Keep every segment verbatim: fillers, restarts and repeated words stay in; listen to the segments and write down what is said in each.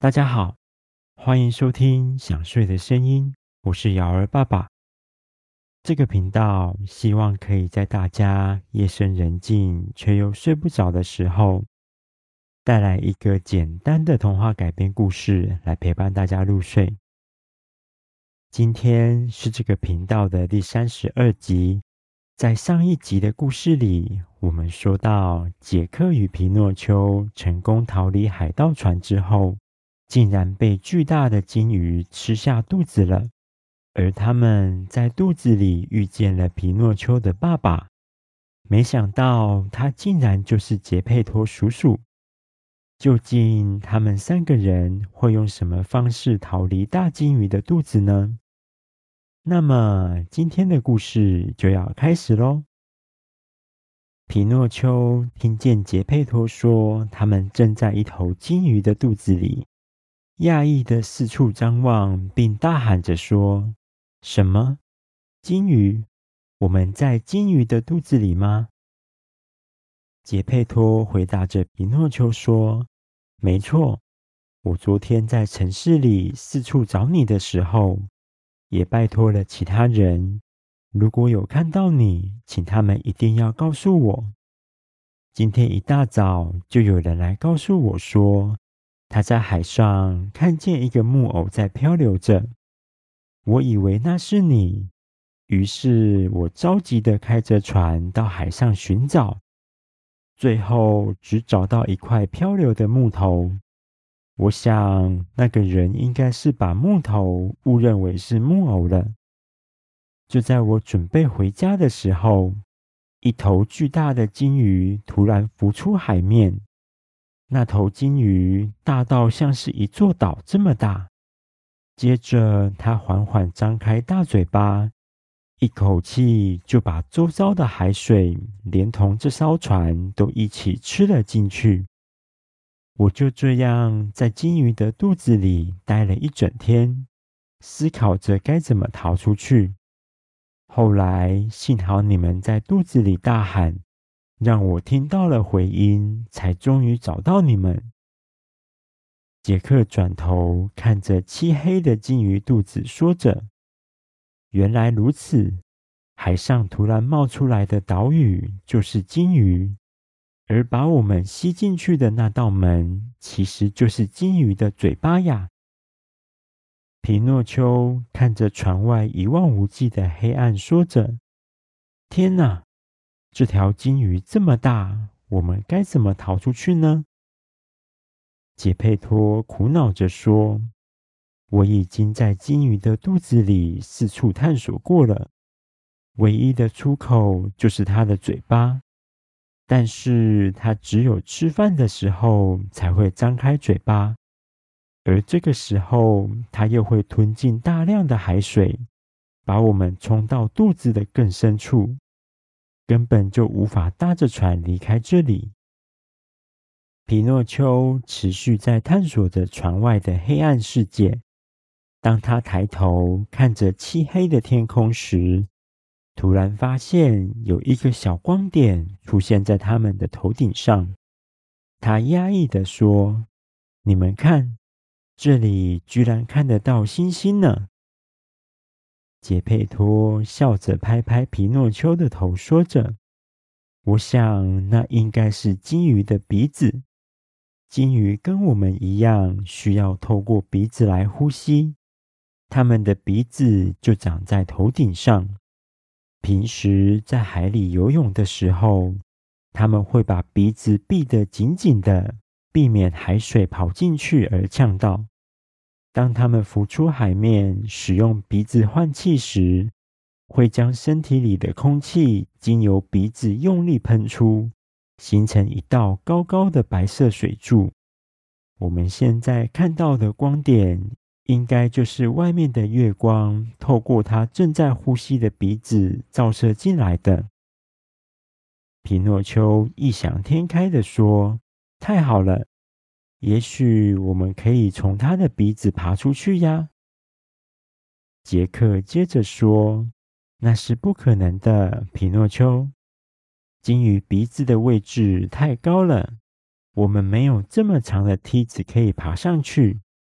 大家好，欢迎收听想睡的声音，我是瑶儿爸爸。这个频道希望可以在大家夜深人静却又睡不着的时候，带来一个简单的童话改编故事来陪伴大家入睡。今天是这个频道的第三十二集。在上一集的故事里，我们说到杰克与皮诺丘成功逃离海盗船之后，竟然被巨大的鲸鱼吃下肚子了。而他们在肚子里遇见了皮诺丘的爸爸，没想到他竟然就是杰佩托叔叔。究竟他们三个人会用什么方式逃离大鲸鱼的肚子呢？那么今天的故事就要开始咯。皮诺丘听见杰佩托说他们正在一头鲸鱼的肚子里，讶异的四处张望，并大喊着说：什么？鲸鱼？我们在鲸鱼的肚子里吗？杰佩托回答着皮诺丘说：没错，我昨天在城市里四处找你的时候，也拜托了其他人，如果有看到你，请他们一定要告诉我。今天一大早就有人来告诉我说，他在海上看见一个木偶在漂流着。我以为那是你，于是我着急地开着船到海上寻找，最后只找到一块漂流的木头。我想那个人应该是把木头误认为是木偶了。就在我准备回家的时候，一头巨大的鲸鱼突然浮出海面。那头鲸鱼大到像是一座岛这么大。接着它缓缓张开大嘴巴，一口气就把周遭的海水连同这艘船都一起吃了进去。我就这样在鲸鱼的肚子里待了一整天，思考着该怎么逃出去。后来幸好你们在肚子里大喊，让我听到了回音，才终于找到你们。杰克转头看着漆黑的鲸鱼肚子，说着：原来如此，海上突然冒出来的岛屿就是鲸鱼，而把我们吸进去的那道门，其实就是鲸鱼的嘴巴呀。皮诺丘看着船外一望无际的黑暗，说着：天哪，这条鲸鱼这么大，我们该怎么逃出去呢？杰佩托苦恼着说：我已经在鲸鱼的肚子里四处探索过了，唯一的出口就是它的嘴巴，但是它只有吃饭的时候才会张开嘴巴，而这个时候它又会吞进大量的海水，把我们冲到肚子的更深处，根本就无法搭着船离开这里。皮诺丘持续在探索着船外的黑暗世界。当他抬头看着漆黑的天空时，突然发现有一个小光点出现在他们的头顶上。他压抑地说：你们看，这里居然看得到星星呢。杰佩托笑着拍拍皮诺丘的头，说着：我想那应该是鲸鱼的鼻子。鲸鱼跟我们一样，需要透过鼻子来呼吸。它们的鼻子就长在头顶上。平时在海里游泳的时候，它们会把鼻子闭得紧紧的，避免海水跑进去而呛到。当它们浮出海面，使用鼻子换气时，会将身体里的空气经由鼻子用力喷出，形成一道高高的白色水柱。我们现在看到的光点，应该就是外面的月光透过它正在呼吸的鼻子照射进来的。皮诺丘异想天开地说：太好了，也许我们可以从他的鼻子爬出去呀。杰克接着说：那是不可能的，皮诺丘。鲸鱼鼻子的位置太高了，我们没有这么长的梯子可以爬上去。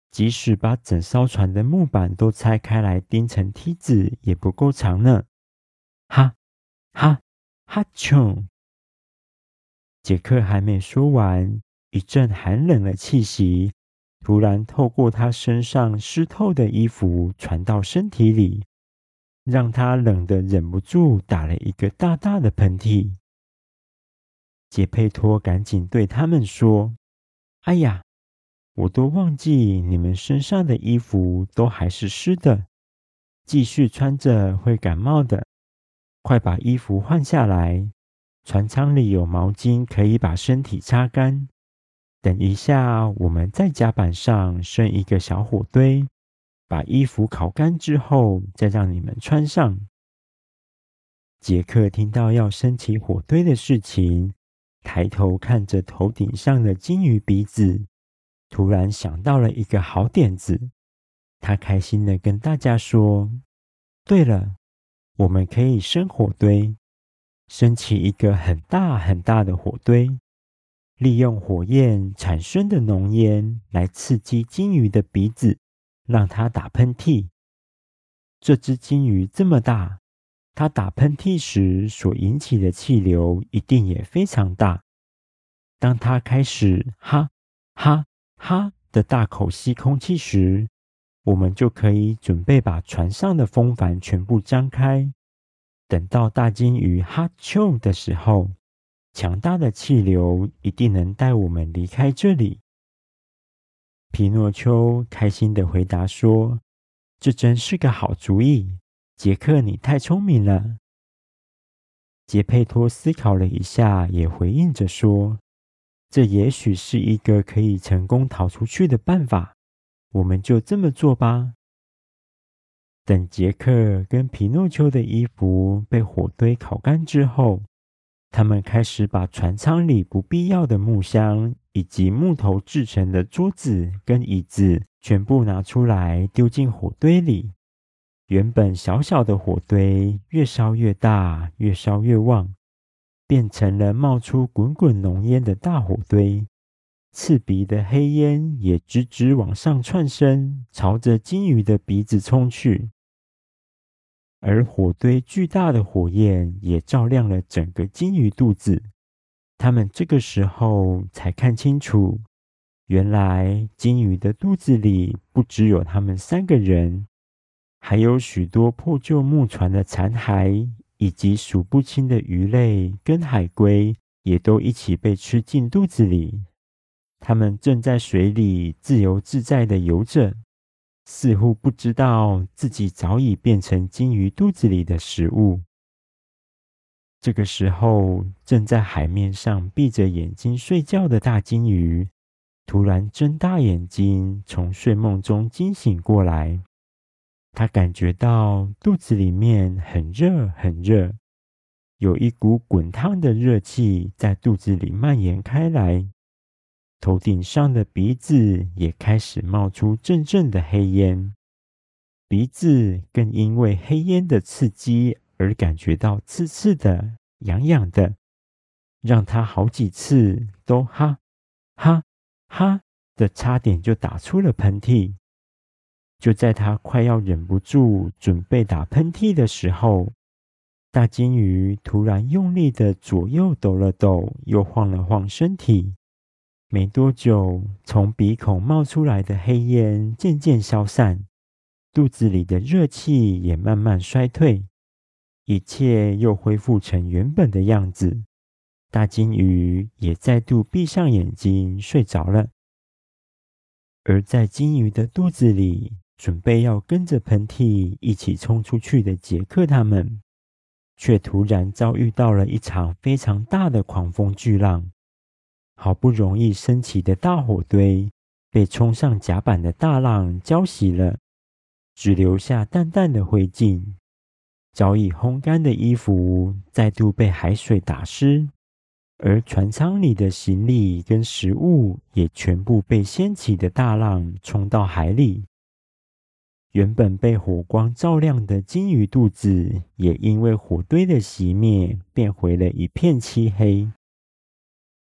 即使把整艘船的木板都拆开来钉成梯子，也不够长呢。哈，哈，哈啾！杰克还没说完，一阵寒冷的气息突然透过他身上湿透的衣服传到身体里，让他冷得忍不住打了一个大大的喷嚏。杰佩托赶紧对他们说：“哎呀，我都忘记你们身上的衣服都还是湿的，继续穿着会感冒的。快把衣服换下来，船舱里有毛巾可以把身体擦干。等一下，我们在甲板上生一个小火堆，把衣服烤干之后，再让你们穿上。”杰克听到要升起火堆的事情，抬头看着头顶上的金鱼鼻子，突然想到了一个好点子。他开心地跟大家说：“对了，我们可以生火堆，升起一个很大很大的火堆，利用火焰产生的浓烟来刺激金鱼的鼻子，让它打喷嚏。这只金鱼这么大，它打喷嚏时所引起的气流一定也非常大。当它开始哈哈哈的大口吸空气时，我们就可以准备把船上的风帆全部张开。等到大金鱼哈啾的时候，强大的气流一定能带我们离开这里。”皮诺丘开心地回答说：“这真是个好主意，杰克，你太聪明了。”杰佩托思考了一下，也回应着说：“这也许是一个可以成功逃出去的办法，我们就这么做吧。”等杰克跟皮诺丘的衣服被火堆烤干之后，他们开始把船舱里不必要的木箱以及木头制成的桌子跟椅子全部拿出来丢进火堆里。原本小小的火堆越烧越大，越烧越旺，变成了冒出滚滚浓烟的大火堆。刺鼻的黑烟也直直往上窜升，朝着金鱼的鼻子冲去。而火堆巨大的火焰也照亮了整个金鱼肚子。他们这个时候才看清楚，原来金鱼的肚子里不只有他们三个人，还有许多破旧木船的残骸，以及数不清的鱼类跟海龟也都一起被吃进肚子里。他们正在水里自由自在地游着，似乎不知道自己早已变成金鱼肚子里的食物。这个时候，正在海面上闭着眼睛睡觉的大金鱼，突然睁大眼睛，从睡梦中惊醒过来。他感觉到肚子里面很热很热，有一股滚烫的热气在肚子里蔓延开来。头顶上的鼻子也开始冒出阵阵的黑烟，鼻子更因为黑烟的刺激而感觉到刺刺的、痒痒的，让他好几次都哈哈哈的差点就打出了喷嚏。就在他快要忍不住准备打喷嚏的时候，大金鱼突然用力的左右抖了抖，又晃了晃身体。没多久，从鼻孔冒出来的黑烟渐渐消散，肚子里的热气也慢慢衰退，一切又恢复成原本的样子。大金鱼也再度闭上眼睛睡着了。而在金鱼的肚子里，准备要跟着喷嚏一起冲出去的杰克他们，却突然遭遇到了一场非常大的狂风巨浪。好不容易升起的大火堆被冲上甲板的大浪浇熄了，只留下淡淡的灰烬。早已烘干的衣服再度被海水打湿，而船舱里的行李跟食物也全部被掀起的大浪冲到海里。原本被火光照亮的金鱼肚子也因为火堆的熄灭变回了一片漆黑。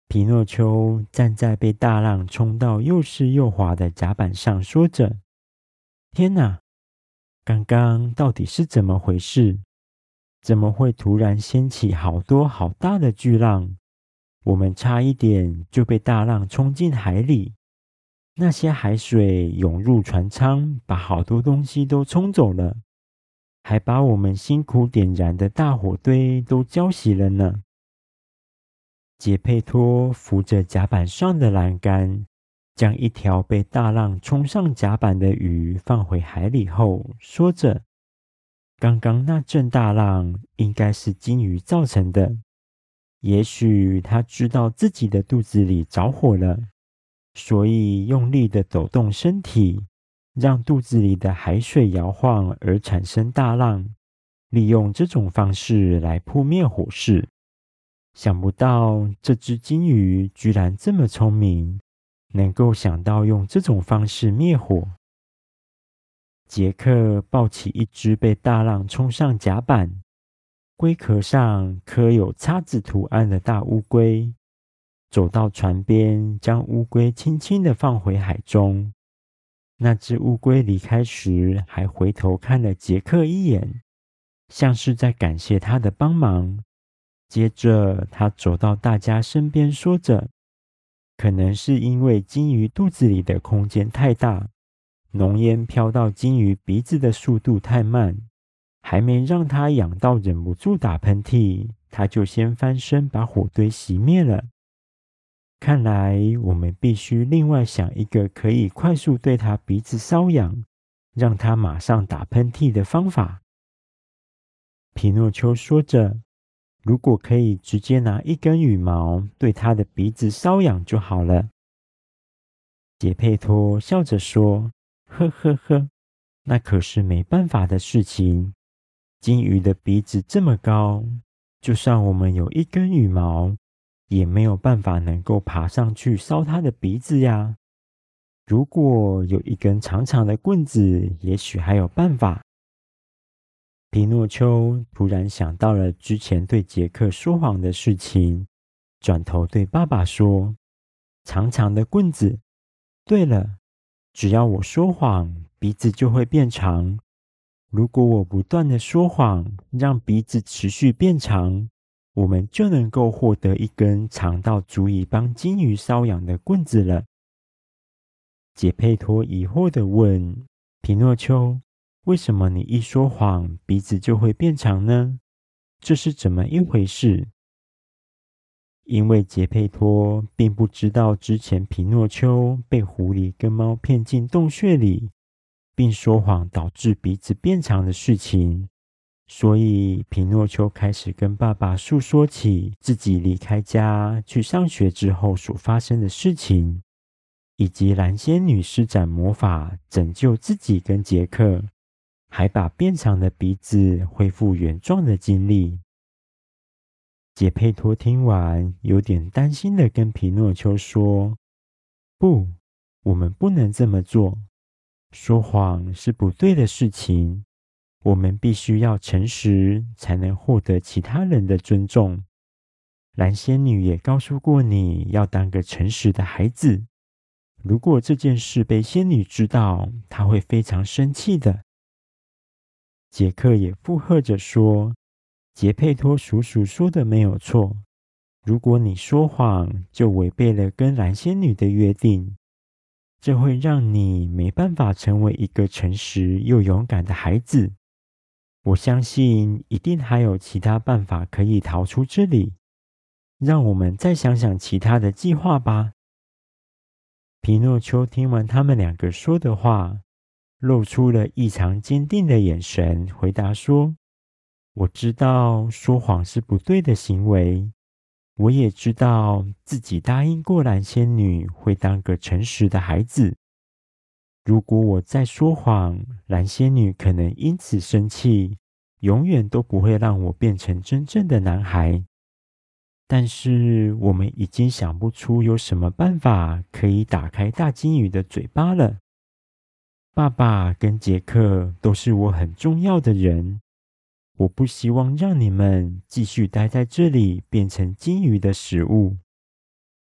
皮诺丘站在被大浪冲到又湿又滑的甲板上，说着：天哪，刚刚到底是怎么回事？怎么会突然掀起好多好大的巨浪？我们差一点就被大浪冲进海里。那些海水涌入船舱，把好多东西都冲走了，还把我们辛苦点燃的大火堆都浇熄了呢。杰佩托扶着甲板上的栏杆，将一条被大浪冲上甲板的鱼放回海里后，说着：刚刚那阵大浪应该是鲸鱼造成的。也许他知道自己的肚子里着火了，所以用力的抖动身体，让肚子里的海水摇晃而产生大浪，利用这种方式来扑灭火势。想不到这只鲸鱼居然这么聪明，能够想到用这种方式灭火。杰克抱起一只被大浪冲上甲板，龟壳上刻有叉子图案的大乌龟，走到船边，将乌龟轻轻地放回海中。那只乌龟离开时，还回头看了杰克一眼，像是在感谢他的帮忙。接着，他走到大家身边，说着：可能是因为鲸鱼肚子里的空间太大，浓烟飘到鲸鱼鼻子的速度太慢，还没让它痒到忍不住打喷嚏，它就先翻身把火堆熄灭了。看来我们必须另外想一个可以快速对它鼻子瘙痒，让它马上打喷嚏的方法。皮诺丘说着：如果可以直接拿一根羽毛对它的鼻子瘙痒就好了。杰佩托笑着说：呵呵呵，那可是没办法的事情。鲸鱼的鼻子这么高，就算我们有一根羽毛，也没有办法能够爬上去搔它的鼻子呀。如果有一根长长的棍子，也许还有办法。皮诺丘突然想到了之前对杰克说谎的事情，转头对爸爸说：长长的棍子，对了，只要我说谎，鼻子就会变长。如果我不断的说谎，让鼻子持续变长，我们就能够获得一根长到足以帮鲸鱼瘙痒的棍子了。杰佩托疑惑地问：皮诺丘，为什么你一说谎，鼻子就会变长呢？这是怎么一回事？因为杰佩托并不知道之前皮诺丘被狐狸跟猫骗进洞穴里，并说谎导致鼻子变长的事情，所以皮诺丘开始跟爸爸诉说起自己离开家去上学之后所发生的事情，以及蓝仙女施展魔法拯救自己跟杰克，还把变长的鼻子恢复原状的经历。杰佩托听完，有点担心的跟皮诺丘说：不，我们不能这么做。说谎是不对的事情，我们必须要诚实，才能获得其他人的尊重。蓝仙女也告诉过你要当个诚实的孩子。如果这件事被仙女知道，她会非常生气的。杰克也附和着说：杰佩托叔叔说的没有错，如果你说谎，就违背了跟蓝仙女的约定，这会让你没办法成为一个诚实又勇敢的孩子。我相信一定还有其他办法可以逃出这里，让我们再想想其他的计划吧。皮诺丘听完他们两个说的话，露出了异常坚定的眼神，回答说：我知道说谎是不对的行为，我也知道自己答应过蓝仙女会当个诚实的孩子。如果我再说谎，蓝仙女可能因此生气，永远都不会让我变成真正的男孩。但是我们已经想不出有什么办法可以打开大鲸鱼的嘴巴了。爸爸跟杰克都是我很重要的人，我不希望让你们继续待在这里变成鲸鱼的食物。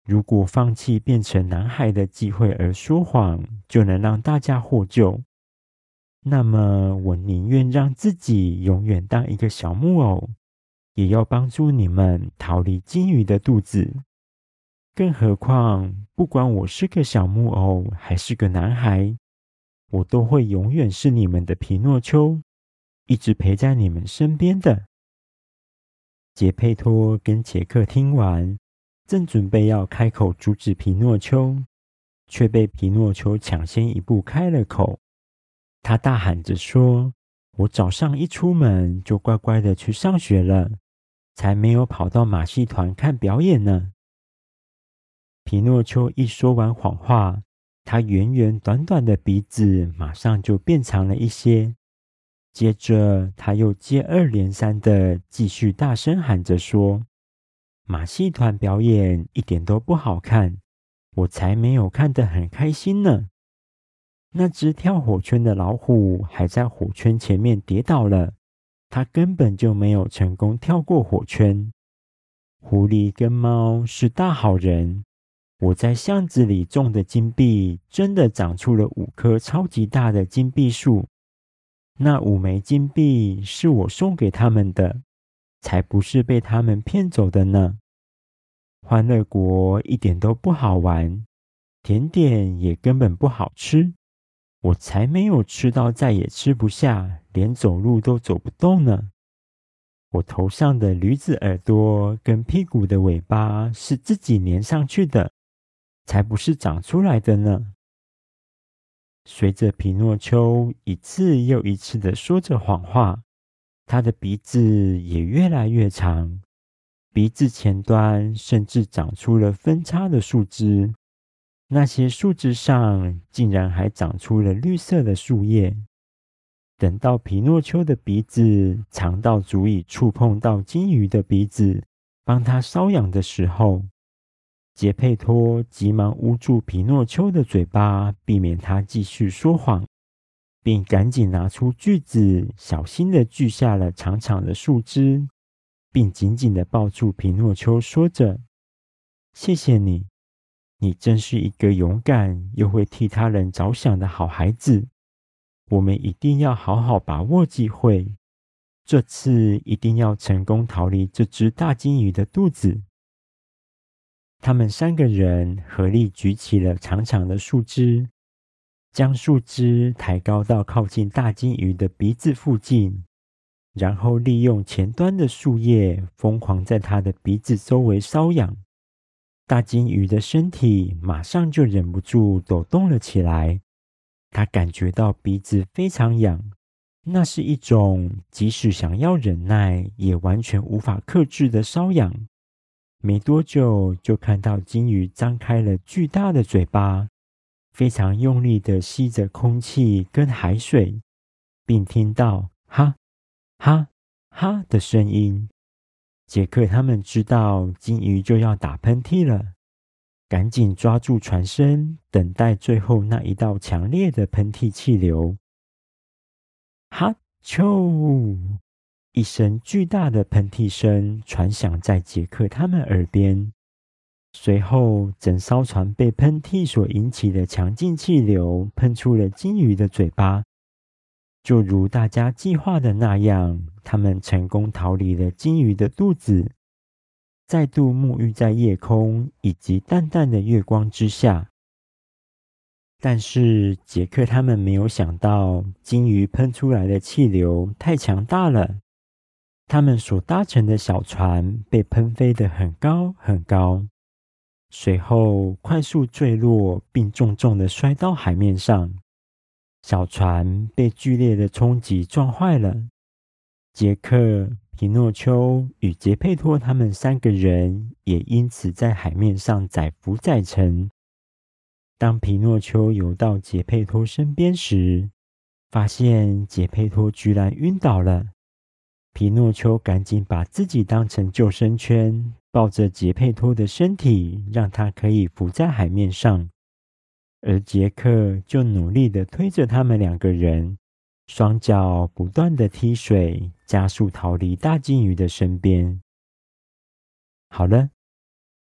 如果放弃变成男孩的机会而说谎，就能让大家获救，那么我宁愿让自己永远当一个小木偶，也要帮助你们逃离金鱼的肚子。更何况，不管我是个小木偶还是个男孩，我都会永远是你们的皮诺丘，一直陪在你们身边的。杰佩托跟杰克听完，正准备要开口阻止皮诺丘，却被皮诺丘抢先一步开了口。他大喊着说：我早上一出门就乖乖的去上学了，才没有跑到马戏团看表演呢。皮诺丘一说完谎话，他圆圆短短的鼻子马上就变长了一些。接着他又接二连三的继续大声喊着说：马戏团表演一点都不好看，我才没有看得很开心呢。那只跳火圈的老虎还在火圈前面跌倒了，它根本就没有成功跳过火圈。狐狸跟猫是大好人，我在巷子里种的金币真的长出了五棵超级大的金币树。那五枚金币是我送给他们的，才不是被他们骗走的呢。欢乐国一点都不好玩，甜点也根本不好吃，我才没有吃到再也吃不下，连走路都走不动呢。我头上的驴子耳朵跟屁股的尾巴是自己粘上去的，才不是长出来的呢。随着皮诺丘一次又一次的说着谎话，他的鼻子也越来越长，鼻子前端甚至长出了分叉的树枝，那些树枝上竟然还长出了绿色的树叶。等到皮诺丘的鼻子长到足以触碰到金鱼的鼻子，帮他瘙痒的时候，杰佩托急忙捂住皮诺丘的嘴巴，避免他继续说谎，并赶紧拿出锯子，小心地锯下了长长的树枝，并紧紧地抱住皮诺丘，说着：谢谢你，你真是一个勇敢又会替他人着想的好孩子。我们一定要好好把握机会，这次一定要成功逃离这只大金鱼的肚子。他们三个人合力举起了长长的树枝，将树枝抬高到靠近大金鱼的鼻子附近，然后利用前端的树叶疯狂在它的鼻子周围搔痒。大金鱼的身体马上就忍不住抖动了起来，它感觉到鼻子非常痒，那是一种即使想要忍耐也完全无法克制的瘙痒。没多久，就看到金鱼张开了巨大的嘴巴，非常用力地吸着空气跟海水，并听到哈哈哈的声音。杰克他们知道金鱼就要打喷嚏了，赶紧抓住船身，等待最后那一道强烈的喷嚏气流。哈啾！一声巨大的喷嚏声传响在杰克他们耳边，随后整艘船被喷嚏所引起的强劲气流喷出了金鱼的嘴巴。就如大家计划的那样，他们成功逃离了金鱼的肚子，再度沐浴在夜空以及淡淡的月光之下。但是杰克他们没有想到，金鱼喷出来的气流太强大了，他们所搭乘的小船被喷飞得很高很高，随后快速坠落，并重重地摔到海面上。小船被剧烈的冲击撞坏了，杰克、皮诺丘与杰佩托他们三个人也因此在海面上载浮载沉。当皮诺丘游到杰佩托身边时，发现杰佩托居然晕倒了。皮诺丘赶紧把自己当成救生圈，抱着杰佩托的身体，让他可以浮在海面上。而杰克就努力地推着他们两个人，双脚不断地踢水，加速逃离大金鱼的身边。好了，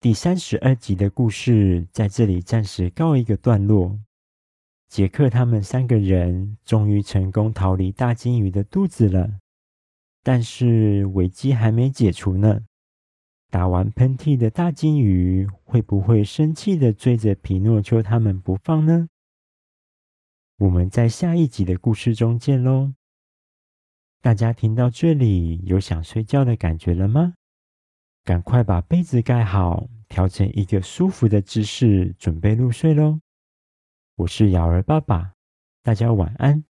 第三十二集的故事在这里暂时告一个段落。杰克他们三个人终于成功逃离大金鱼的肚子了，但是危机还没解除呢。打完喷嚏的大金鱼会不会生气地追着皮诺丘他们不放呢？我们在下一集的故事中见咯。大家听到这里有想睡觉的感觉了吗？赶快把被子盖好，调成一个舒服的姿势，准备入睡咯。我是瑶儿爸爸，大家晚安。